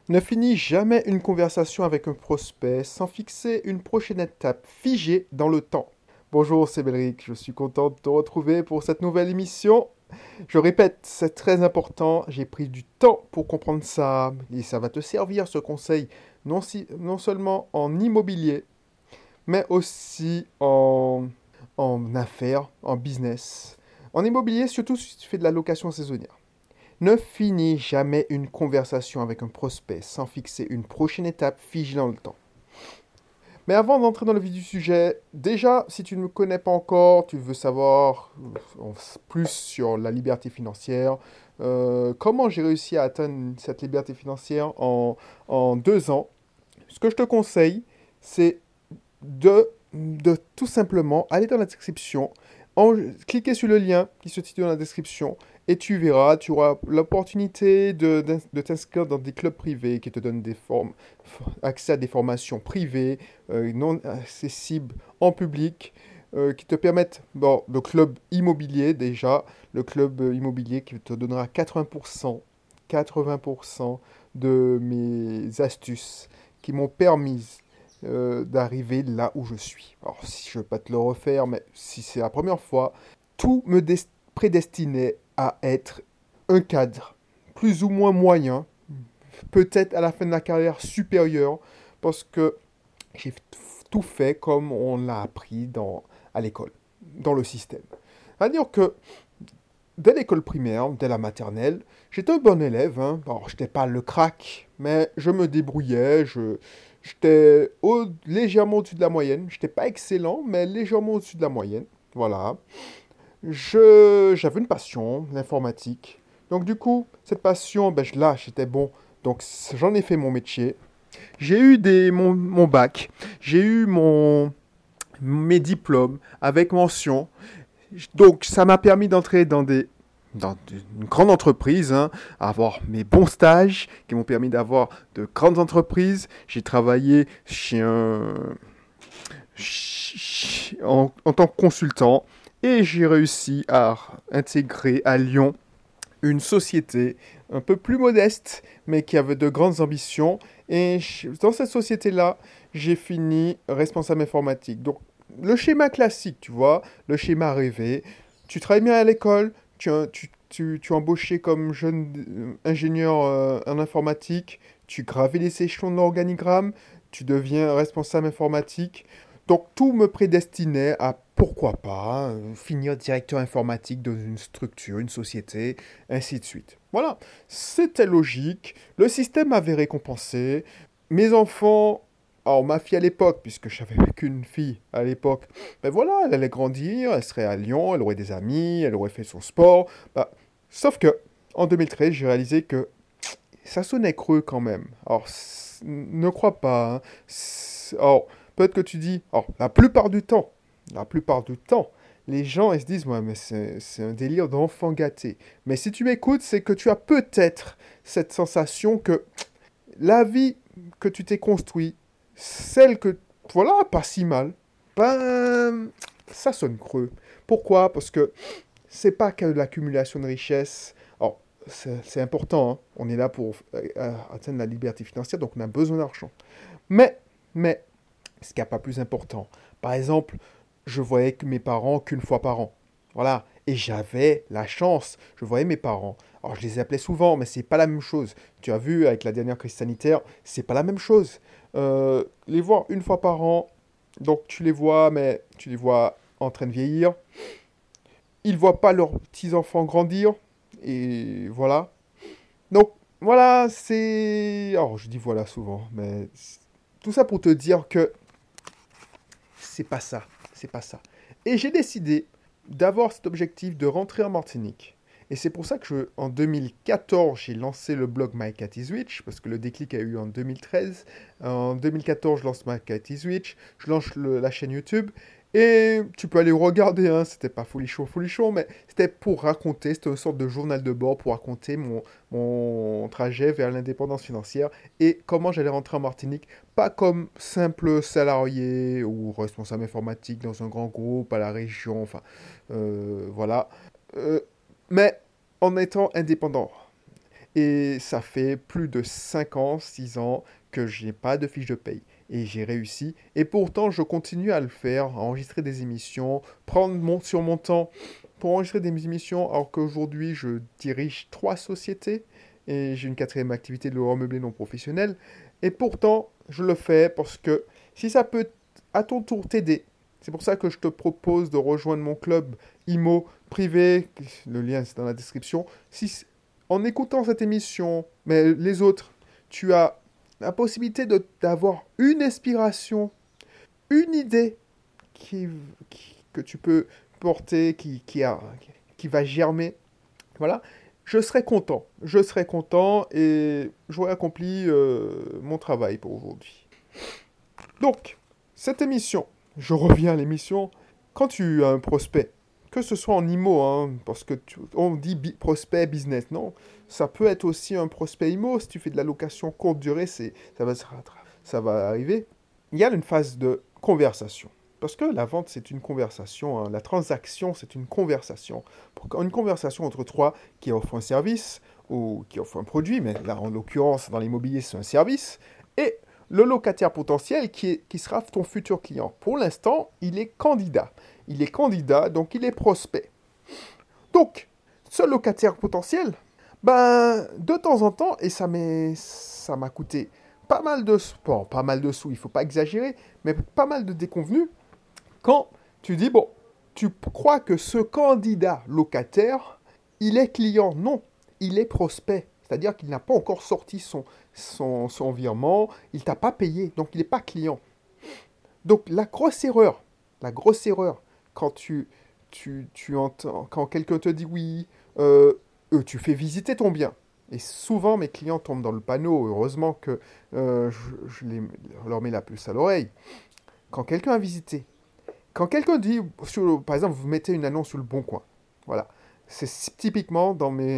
Ne finis jamais une conversation avec un prospect sans fixer une prochaine étape figée dans le temps. Bonjour, c'est Belric, je suis content de te retrouver pour cette nouvelle émission. Je répète, c'est très important, j'ai pris du temps pour comprendre ça et ça va te servir ce conseil non seulement en immobilier, mais aussi en affaires, en business. En immobilier, surtout si tu fais de la location saisonnière. Ne finis jamais une conversation avec un prospect sans fixer une prochaine étape figée dans le temps. Mais avant d'entrer dans le vif du sujet, déjà, si tu ne me connais pas encore, tu veux savoir plus sur la liberté financière, comment j'ai réussi à atteindre cette liberté financière en 2 ans, ce que je te conseille, c'est de tout simplement aller dans la description, cliquer sur le lien qui se situe dans la description et tu verras, tu auras l'opportunité de t'inscrire dans des clubs privés qui te donnent accès à des formations privées, non accessibles en public, qui te permettent, bon, le club immobilier déjà, le club immobilier qui te donnera 80% de mes astuces qui m'ont permis d'arriver là où je suis. Alors, si je ne veux pas te le refaire, mais si c'est la première fois, tout me prédestinait à être un cadre, plus ou moins moyen, peut-être à la fin de la carrière supérieure, parce que j'ai tout fait comme on l'a appris à l'école, dans le système. C'est-à-dire que dès l'école primaire, dès la maternelle, j'étais un bon élève. Hein. Alors, je n'étais pas le crack, mais je me débrouillais. J'étais légèrement au-dessus de la moyenne. Je n'étais pas excellent, mais légèrement au-dessus de la moyenne. Voilà. J'avais une passion, l'informatique. Donc, du coup, cette passion, ben, j'étais bon. Donc, j'en ai fait mon métier. J'ai eu mon bac. J'ai eu mes diplômes avec mention. Donc, ça m'a permis d'entrer dans une grande entreprise, hein, avoir mes bons stages qui m'ont permis d'avoir de grandes entreprises. J'ai travaillé en tant que consultant et j'ai réussi à intégrer à Lyon une société un peu plus modeste, mais qui avait de grandes ambitions. Et dans cette société-là, j'ai fini responsable informatique. Donc, le schéma classique, tu vois, le schéma rêvé. Tu travailles bien à l'école, tu es embauché comme jeune ingénieur en informatique, tu gravis les échelons de l'organigramme, tu deviens responsable informatique. Donc tout me prédestinait à, pourquoi pas, finir directeur informatique dans une structure, une société, ainsi de suite. Voilà, c'était logique, le système m'avait récompensé, mes enfants, alors ma fille à l'époque, puisque je n'avais qu'une fille à l'époque, ben voilà, elle allait grandir, elle serait à Lyon, elle aurait des amis, elle aurait fait son sport. Bah, sauf que, en 2013, j'ai réalisé que ça sonnait creux quand même. Alors, ne crois pas. Hein. Alors, peut-être que tu dis, alors, la plupart du temps, les gens, ils se disent, ouais, mais c'est un délire d'enfant gâté. Mais si tu m'écoutes, c'est que tu as peut-être cette sensation que la vie que tu t'es construit, celle que, voilà, pas si mal, ben, ça sonne creux. Pourquoi? Parce que c'est pas que l'accumulation de richesses. Alors, c'est important, hein. On est là pour atteindre la liberté financière, donc on a besoin d'argent. Mais, ce qui n'est pas plus important. Par exemple, je voyais que mes parents qu'une fois par an. Voilà. Et j'avais la chance. Je voyais mes parents. Alors, je les appelais souvent, mais c'est pas la même chose. Tu as vu, avec la dernière crise sanitaire, c'est pas la même chose. Les voir une fois par an, donc tu les vois, mais tu les vois en train de vieillir. Ils voient pas leurs petits-enfants grandir. Et voilà. Donc, voilà, c'est... Alors, je dis voilà souvent, mais tout ça pour te dire que c'est pas ça. C'est pas ça. Et j'ai décidé d'avoir cet objectif de rentrer en Martinique. Et c'est pour ça que en 2014, j'ai lancé le blog My Cat is Rich, parce que le déclic a eu en 2013. En 2014, je lance My Cat is Rich, je lance la chaîne YouTube, et tu peux aller regarder, hein, c'était pas folichon, mais c'était pour raconter, c'était une sorte de journal de bord pour raconter mon trajet vers l'indépendance financière et comment j'allais rentrer en Martinique, pas comme simple salarié ou responsable informatique dans un grand groupe à la région, enfin, voilà. Euh, mais en étant indépendant. Et ça fait plus de 5 ans, 6 ans que j'ai pas de fiche de paye. Et j'ai réussi. Et pourtant, je continue à le faire, à enregistrer des émissions, sur mon temps pour enregistrer des émissions, alors qu'aujourd'hui, je dirige 3 sociétés. Et j'ai une quatrième activité de l'euro meublé non professionnel. Et pourtant, je le fais parce que si ça peut à ton tour t'aider, c'est pour ça que je te propose de rejoindre mon club IMO privé. Le lien, c'est dans la description. Si, en écoutant cette émission, mais les autres, tu as la possibilité d'avoir une inspiration, une idée que tu peux porter, qui va germer. Voilà, je serai content et j'aurai accompli mon travail pour aujourd'hui. Donc, cette émission, je reviens à l'émission, quand tu as un prospect, que ce soit en IMO, hein, parce que on dit prospect business, non, ça peut être aussi un prospect IMO, si tu fais de la location courte durée, ça va arriver. Il y a une phase de conversation. Parce que la vente, c'est une conversation, hein. La transaction, c'est une conversation. Une conversation entre trois qui offrent un service ou qui offrent un produit, mais là, en l'occurrence, dans l'immobilier, c'est un service, et le locataire potentiel qui sera ton futur client. Pour l'instant, il est candidat. Il est candidat, donc il est prospect. Donc, ce locataire potentiel, ben, de temps en temps, et ça m'a coûté pas mal de sous, bon, pas mal de sous, il faut pas exagérer, mais pas mal de déconvenus, quand tu dis, bon, tu crois que ce candidat locataire, il est client. Non, il est prospect. C'est-à-dire qu'il n'a pas encore sorti son virement, il t'a pas payé, donc il n'est pas client. Donc la grosse erreur, quand tu entends, quand quelqu'un te dit oui, tu fais visiter ton bien. Et souvent, mes clients tombent dans le panneau. Heureusement que leur mets la puce à l'oreille. Quand quelqu'un a visité, quand quelqu'un dit, par exemple, vous mettez une annonce sur le Bon Coin. Voilà. C'est typiquement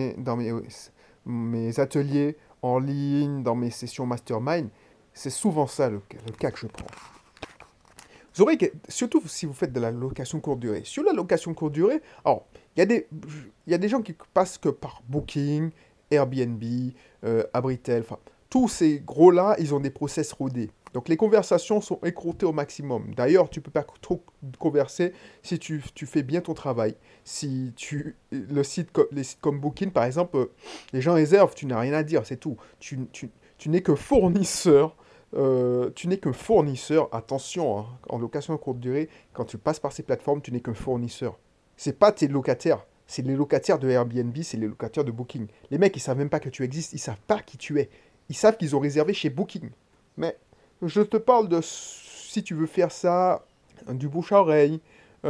mes ateliers en ligne, dans mes sessions mastermind. C'est souvent ça le cas que je prends. Vous aurez, surtout si vous faites de la location courte durée. Sur la location courte durée, alors, il y a des gens qui passent que par Booking, Airbnb, Abritel, enfin, tous ces gros-là, ils ont des process rodés. Donc les conversations sont écourtées au maximum. D'ailleurs, tu ne peux pas trop converser si tu fais bien ton travail. Si les sites comme Booking, par exemple, les gens réservent, tu n'as rien à dire, c'est tout. Tu n'es que fournisseur. Tu n'es qu'un fournisseur. Attention, hein, en location à courte durée, quand tu passes par ces plateformes, tu n'es qu'un fournisseur. C'est pas tes locataires. C'est les locataires de Airbnb, c'est les locataires de Booking. Les mecs, ils savent même pas que tu existes, ils savent pas qui tu es. Ils savent qu'ils ont réservé chez Booking. Mais je te parle de si tu veux faire ça, du bouche à oreille,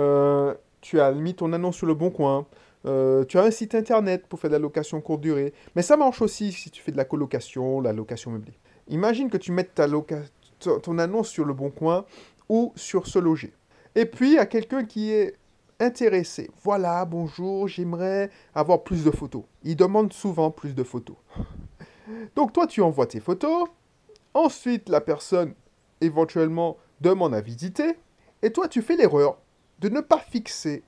tu as mis ton annonce sur le Bon Coin, tu as un site internet pour faire de la location courte durée. Mais ça marche aussi si tu fais de la colocation, la location meublée. Imagine que tu mettes ton annonce sur le Bon Coin ou sur Se Loger. Et puis, il y a quelqu'un qui est intéressé. Voilà, bonjour, j'aimerais avoir plus de photos. Il demande souvent plus de photos. Donc toi, tu envoies tes photos. Ensuite, la personne, éventuellement, demande à visiter. Et toi, tu fais l'erreur de ne pas fixer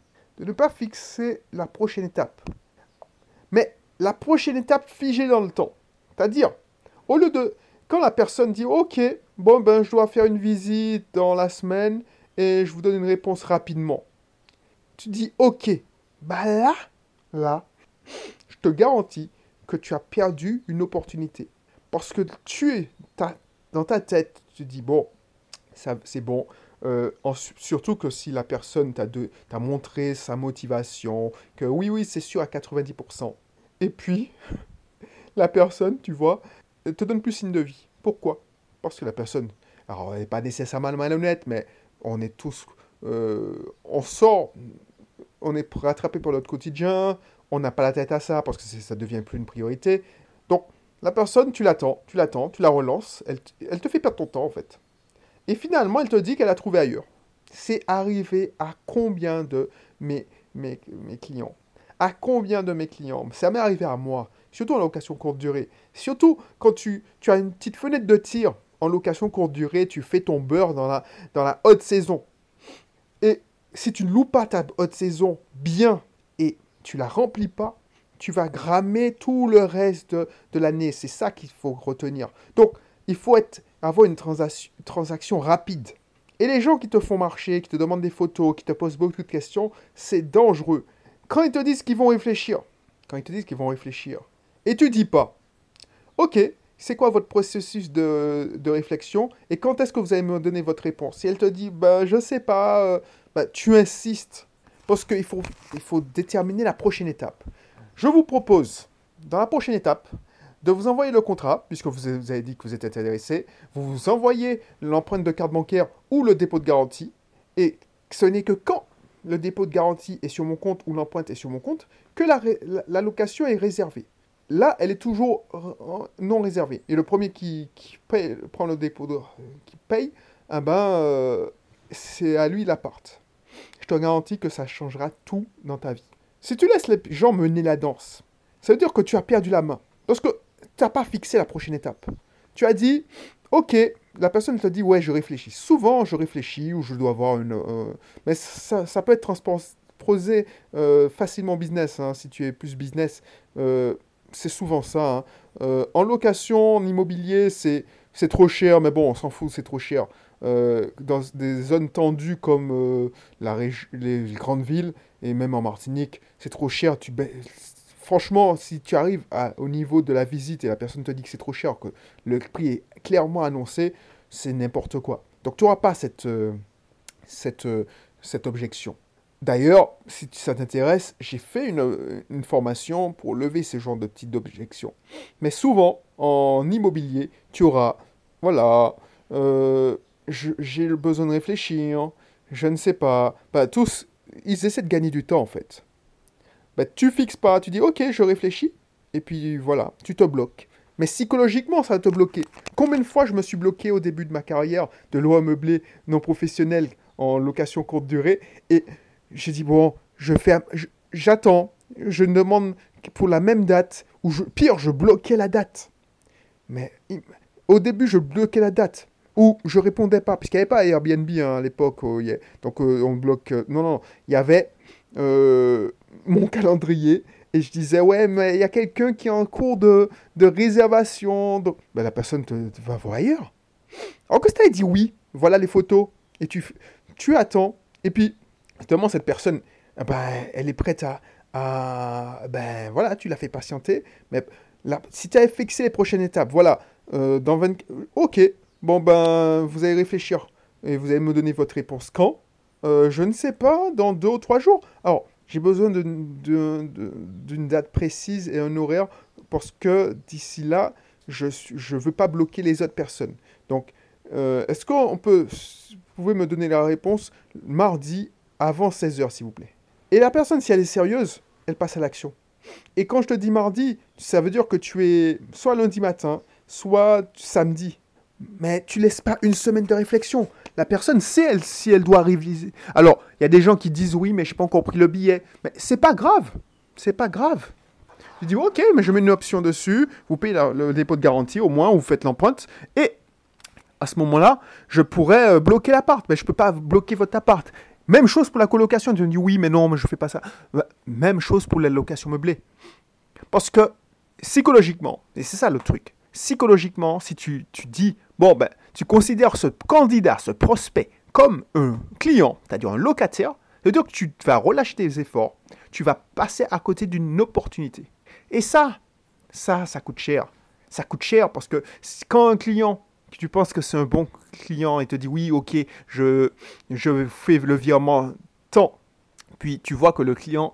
la prochaine étape. Mais la prochaine étape figée dans le temps. C'est-à-dire, au lieu de... Quand la personne dit « Ok, bon, ben, je dois faire une visite dans la semaine et je vous donne une réponse rapidement. » Tu dis « Ok, bah là, je te garantis que tu as perdu une opportunité. Parce que dans ta tête, tu te dis « Bon, ça, c'est bon. » Surtout que si la personne t'a montré sa motivation, que oui, c'est sûr à 90%. Et puis, la personne, tu vois, te donne plus signe de vie. Pourquoi? Parce que la personne, alors elle n'est pas nécessairement malhonnête, mais on est tous, on sort, on est rattrapé par notre quotidien, on n'a pas la tête à ça parce que ça devient plus une priorité. Donc la personne, tu l'attends, tu la relances, elle te fait perdre ton temps en fait. Et finalement, elle te dit qu'elle a trouvé ailleurs. C'est arrivé à combien de mes clients? À combien de mes clients? Ça m'est arrivé à moi, surtout en location courte durée. Surtout quand tu as une petite fenêtre de tir en location courte durée, tu fais ton beurre dans la haute saison. Et si tu ne loues pas ta haute saison bien et tu la remplis pas, tu vas grammer tout le reste de l'année. C'est ça qu'il faut retenir. Donc, il faut avoir une transaction rapide. Et les gens qui te font marcher, qui te demandent des photos, qui te posent beaucoup de questions, c'est dangereux. Quand ils te disent qu'ils vont réfléchir, et tu dis pas, ok, c'est quoi votre processus de réflexion et quand est-ce que vous allez me donner votre réponse? Si elle te dit, bah, je sais pas, tu insistes. Parce qu'il faut déterminer la prochaine étape. Je vous propose, dans la prochaine étape, de vous envoyer le contrat, puisque vous avez dit que vous êtes intéressé. Vous envoyez l'empreinte de carte bancaire ou le dépôt de garantie. Et ce n'est que quand le dépôt de garantie est sur mon compte ou l'empreinte est sur mon compte que la location est réservée. Là, elle est toujours non réservée. Et le premier qui prend le dépôt, qui paye, c'est à lui l'appart. Je te garantis que ça changera tout dans ta vie. Si tu laisses les gens mener la danse, ça veut dire que tu as perdu la main. Parce que tu n'as pas fixé la prochaine étape. Tu as dit, ok, la personne te dit, ouais, je réfléchis. Souvent, je réfléchis ou je dois avoir une... mais ça peut être transposé facilement business. Hein, si tu es plus business, c'est souvent ça. Hein. En location, en immobilier, c'est trop cher, mais bon, on s'en fout, c'est trop cher. Dans des zones tendues comme les grandes villes, et même en Martinique, c'est trop cher. Franchement, si tu arrives au niveau de la visite et la personne te dit que c'est trop cher, que le prix est clairement annoncé, c'est n'importe quoi. Donc tu n'auras pas cette objection. D'ailleurs, si ça t'intéresse, j'ai fait une formation pour lever ce genre de petites objections. Mais souvent, en immobilier, tu auras, voilà, j'ai le besoin de réfléchir, je ne sais pas. Tous, ils essaient de gagner du temps en fait. Tu fixes pas, tu dis ok, je réfléchis, et puis voilà, tu te bloques. Mais psychologiquement, ça va te bloquer. Combien de fois je me suis bloqué au début de ma carrière de loi meublé non professionnel en location courte durée, et j'ai dit bon, j'attends, je demande pour la même date, pire, je bloquais la date. Mais au début, je bloquais la date. Ou je répondais pas, puisqu'il n'y avait pas Airbnb hein, à l'époque. Donc on bloque. Non, il y avait mon calendrier. Et je disais, ouais, mais il y a quelqu'un qui est en cours de réservation. Donc, la personne te va voir ailleurs. Alors que si tu as dit oui, voilà les photos. Et tu attends. Et puis, justement, cette personne, elle est prête voilà, tu l'as fait patienter. Mais si tu avais fixé les prochaines étapes, voilà, dans 20... Ok, bon, vous allez réfléchir. Et vous allez me donner votre réponse quand je ne sais pas, dans 2 ou 3 jours. Alors, j'ai besoin d'une date précise et un horaire parce que d'ici là, je ne veux pas bloquer les autres personnes. Donc, est-ce que vous pouvez me donner la réponse mardi avant 16h, s'il vous plaît. Et la personne, si elle est sérieuse, elle passe à l'action. Et quand je te dis mardi, ça veut dire que tu es soit lundi matin, soit samedi. Mais tu laisses pas une semaine de réflexion. La personne sait si elle doit réviser. Alors, il y a des gens qui disent oui, mais je n'ai pas encore pris le billet. Mais c'est pas grave. C'est pas grave. Je dis ok, mais je mets une option dessus. Vous payez le dépôt de garantie, au moins, vous faites l'empreinte. Et à ce moment-là, je pourrais bloquer l'appart. Mais je ne peux pas bloquer votre appart. Même chose pour la colocation. Tu me dis oui, mais non, mais je ne fais pas ça. Même chose pour la location meublée. Parce que psychologiquement, et c'est ça le truc, psychologiquement, si tu dis, tu considères ce candidat, ce prospect, comme un client, c'est-à-dire un locataire, c'est-à-dire que tu vas relâcher tes efforts, tu vas passer à côté d'une opportunité. Et ça coûte cher. Ça coûte cher parce que quand un client, tu penses que c'est un bon client et te dit oui, ok, je fais le virement tant, puis tu vois que le client,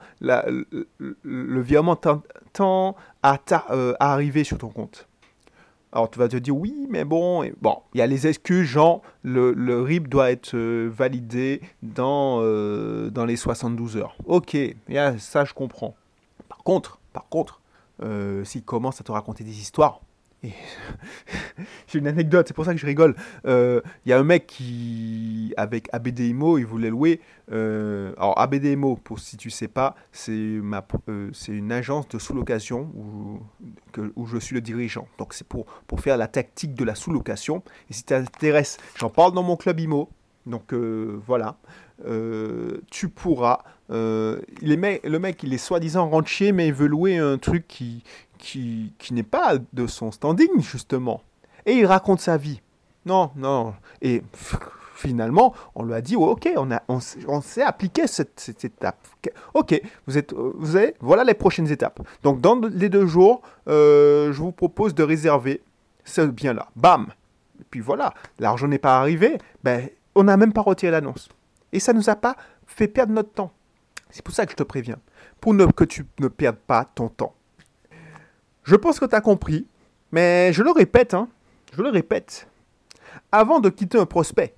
le virement tend à arriver sur ton compte. Alors tu vas te dire oui, mais bon, il y a les excuses, genre le RIB doit être validé dans les 72 heures. Ok, ça je comprends. Par contre, s'il commence à te raconter des histoires, et j'ai une anecdote, c'est pour ça que je rigole. Il y a un mec qui, avec ABDIMO, il voulait louer. Alors ABDIMO, si tu sais pas, c'est une agence de sous-location où je suis le dirigeant. Donc c'est pour faire la tactique de la sous-location. Et si tu t'intéresses, j'en parle dans mon club IMO. Donc voilà, tu pourras. Le mec, il est soi-disant rentier, mais il veut louer un truc qui n'est pas de son standing, justement. Et il raconte sa vie. Non, non. Et finalement, on lui a dit, oh, ok, on s'est appliqué cette étape. Ok, voilà les prochaines étapes. Donc dans les 2 jours, je vous propose de réserver ce bien-là. Bam. Et puis voilà, l'argent n'est pas arrivé, ben, on n'a même pas retiré l'annonce. Et ça ne nous a pas fait perdre notre temps. C'est pour ça que je te préviens, que tu ne perdes pas ton temps. Je pense que tu as compris, mais je le répète, avant de quitter un prospect,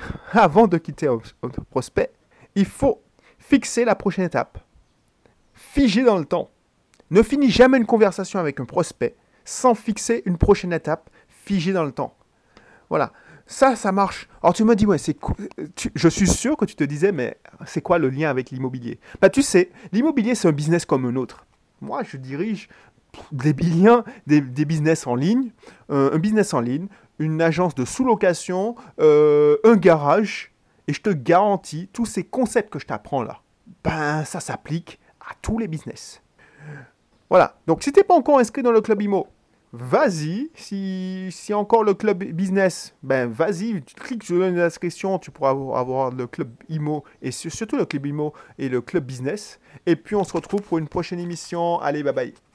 il faut fixer la prochaine étape. Figer dans le temps. Ne finis jamais une conversation avec un prospect sans fixer une prochaine étape figée dans le temps. Voilà. Ça marche. Alors tu me dis, ouais, je suis sûr que tu te disais, mais c'est quoi le lien avec l'immobilier? Bah tu sais, l'immobilier c'est un business comme un autre. Moi, je dirige des business en ligne, un business en ligne, une agence de sous-location, un garage, et je te garantis, tous ces concepts que je t'apprends là, ben ça s'applique à tous les business. Voilà. Donc si tu n'es pas encore inscrit dans le club IMO, vas-y. Si encore le club business, ben vas-y, tu cliques sur l'inscription, tu pourras avoir le club IMO et surtout le club IMO et le club business. Et puis on se retrouve pour une prochaine émission. Allez, bye bye.